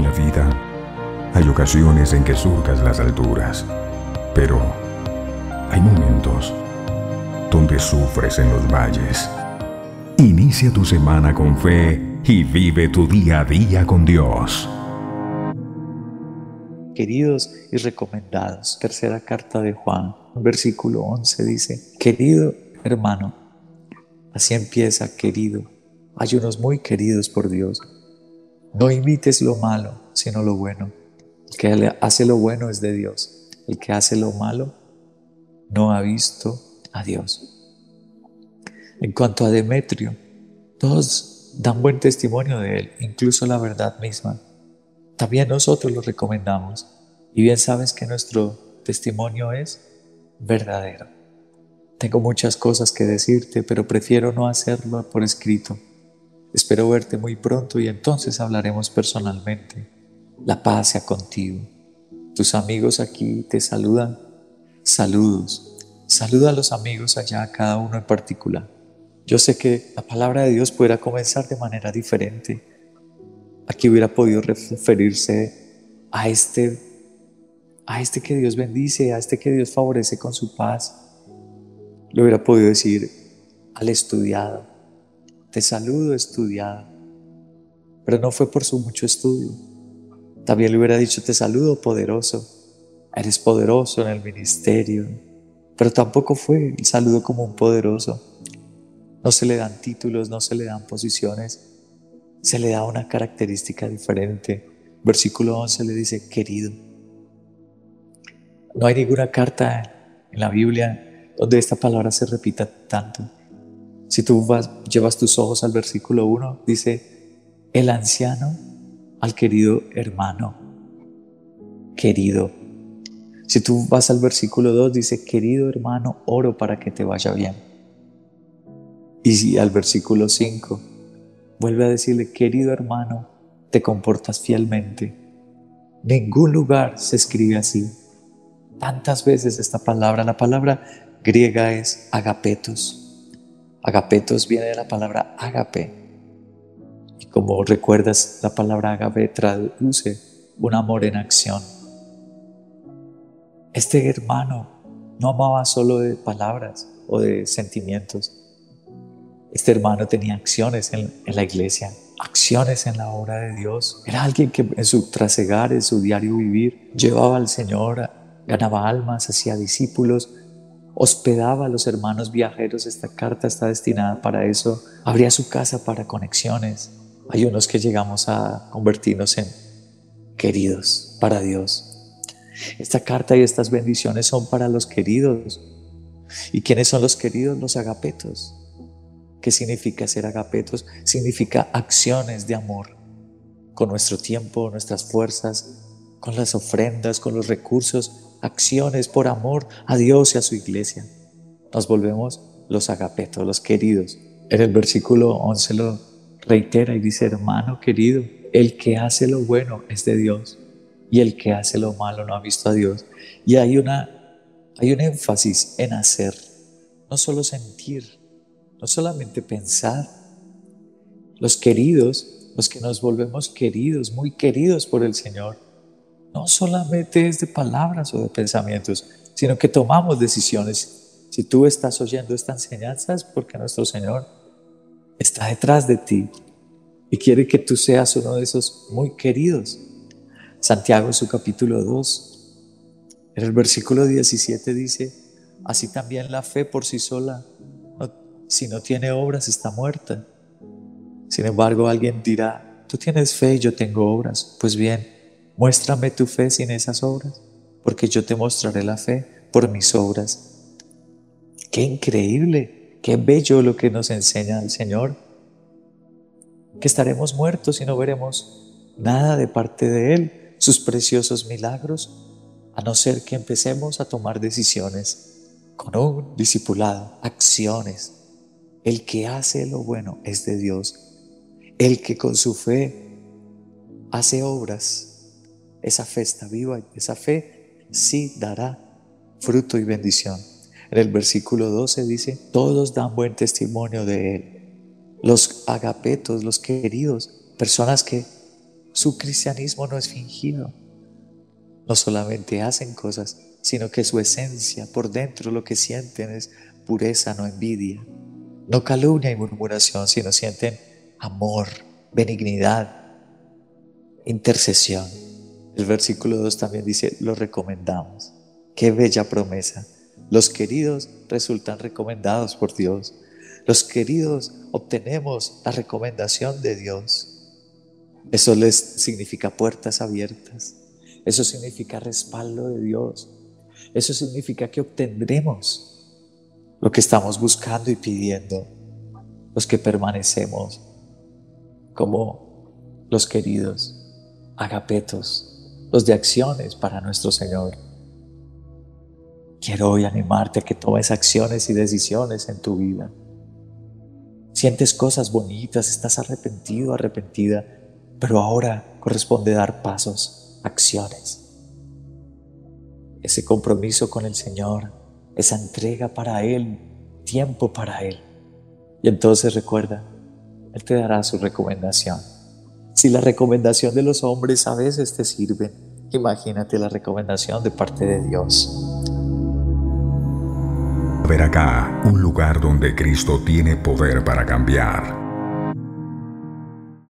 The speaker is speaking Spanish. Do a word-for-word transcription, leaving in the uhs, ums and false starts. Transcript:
En la vida hay ocasiones en que surcas las alturas, pero hay momentos donde sufres en los valles. Inicia tu semana con fe y vive tu día a día con Dios. Queridos y recomendados, tercera carta de Juan, versículo once dice: querido hermano, así empieza, querido. Hay unos muy queridos por Dios. No imites lo malo, sino lo bueno. El que hace lo bueno es de Dios. El que hace lo malo no ha visto a Dios. En cuanto a Demetrio, todos dan buen testimonio de él, incluso la verdad misma. También nosotros lo recomendamos. Y bien sabes que nuestro testimonio es verdadero. Tengo muchas cosas que decirte, pero prefiero no hacerlo por escrito. Espero verte muy pronto y entonces hablaremos personalmente. La paz sea contigo. Tus amigos aquí te saludan. Saludos. Saluda a los amigos allá, a cada uno en particular. Yo sé que la palabra de Dios pudiera comenzar de manera diferente. Aquí hubiera podido referirse a este, a este que Dios bendice, a este que Dios favorece con su paz. Le hubiera podido decir al estudiado: te saludo, estudiado. Pero no fue por su mucho estudio. También le hubiera dicho: te saludo, poderoso. Eres poderoso en el ministerio. Pero tampoco fue el saludo como un poderoso. No se le dan títulos, no se le dan posiciones. Se le da una característica diferente. Versículo once le dice: querido. No hay ninguna carta en la Biblia donde esta palabra se repita tanto. Si tú vas, llevas tus ojos al versículo uno, dice: el anciano al querido hermano. Querido. Si tú vas al versículo dos, dice: querido hermano, oro para que te vaya bien. Y si al versículo cinco, vuelve a decirle: querido hermano, te comportas fielmente. Ningún lugar se escribe así. Tantas veces esta palabra, la palabra griega es agapetos. Agapetos viene de la palabra ágape. Y como recuerdas, la palabra ágape traduce un amor en acción. Este hermano no amaba solo de palabras o de sentimientos. Este hermano tenía acciones en, en la iglesia, acciones en la obra de Dios. Era alguien que en su trasegar, en su diario vivir, llevaba al Señor, ganaba almas, hacía discípulos, hospedaba a los hermanos viajeros. Esta carta está destinada para eso. Abría su casa para conexiones. Hay unos que llegamos a convertirnos en queridos para Dios. Esta carta y estas bendiciones son para los queridos. ¿Y quiénes son los queridos? Los agapetos. ¿Qué significa ser agapetos? Significa acciones de amor, con nuestro tiempo, nuestras fuerzas, con las ofrendas, con los recursos, acciones por amor a Dios y a su iglesia. Nos volvemos los agapetos, los queridos. En el versículo once lo reitera y dice: hermano querido, el que hace lo bueno es de Dios y el que hace lo malo no ha visto a Dios. Y hay, una, hay un énfasis en hacer, no solo sentir, no solamente pensar. Los queridos, los que nos volvemos queridos, muy queridos por el Señor, no solamente es de palabras o de pensamientos, sino que tomamos decisiones. Si tú estás oyendo esta enseñanza es porque nuestro Señor está detrás de ti y quiere que tú seas uno de esos muy queridos. Santiago en su capítulo dos, en el versículo diecisiete dice: así también la fe por sí sola, no, si no tiene obras, está muerta. Sin embargo, alguien dirá: tú tienes fe y yo tengo obras. Pues bien, muéstrame tu fe sin esas obras, porque yo te mostraré la fe por mis obras. ¡Qué increíble! ¡Qué bello lo que nos enseña el Señor! Que estaremos muertos y no veremos nada de parte de Él, sus preciosos milagros, a no ser que empecemos a tomar decisiones con un discipulado, acciones. El que hace lo bueno es de Dios. El que con su fe hace obras, esa fe está viva, esa fe sí dará fruto y bendición. En el versículo doce dice: todos dan buen testimonio de Él. Los agapetos, los queridos, personas que Su cristianismo no es fingido. No solamente hacen cosas, sino que su esencia, por dentro lo que sienten es pureza, no envidia. No calumnia y murmuración, sino sienten amor, benignidad, intercesión. El versículo dos también dice, lo recomendamos. Qué bella promesa. Los queridos resultan recomendados por Dios. Los queridos obtenemos la recomendación de Dios. Eso les significa puertas abiertas. Eso significa respaldo de Dios. Eso significa que obtendremos lo que estamos buscando y pidiendo, los que permanecemos como los queridos, agapetos, los de acciones para nuestro Señor. Quiero hoy animarte a que tomes acciones y decisiones en tu vida. Sientes cosas bonitas, estás arrepentido, arrepentida, pero ahora corresponde dar pasos, acciones. Ese compromiso con el Señor, esa entrega para Él, tiempo para Él. Y entonces recuerda, Él te dará su recomendación. Si la recomendación de los hombres a veces te sirve, imagínate la recomendación de parte de Dios. Ver acá, un lugar donde Cristo tiene poder para cambiar.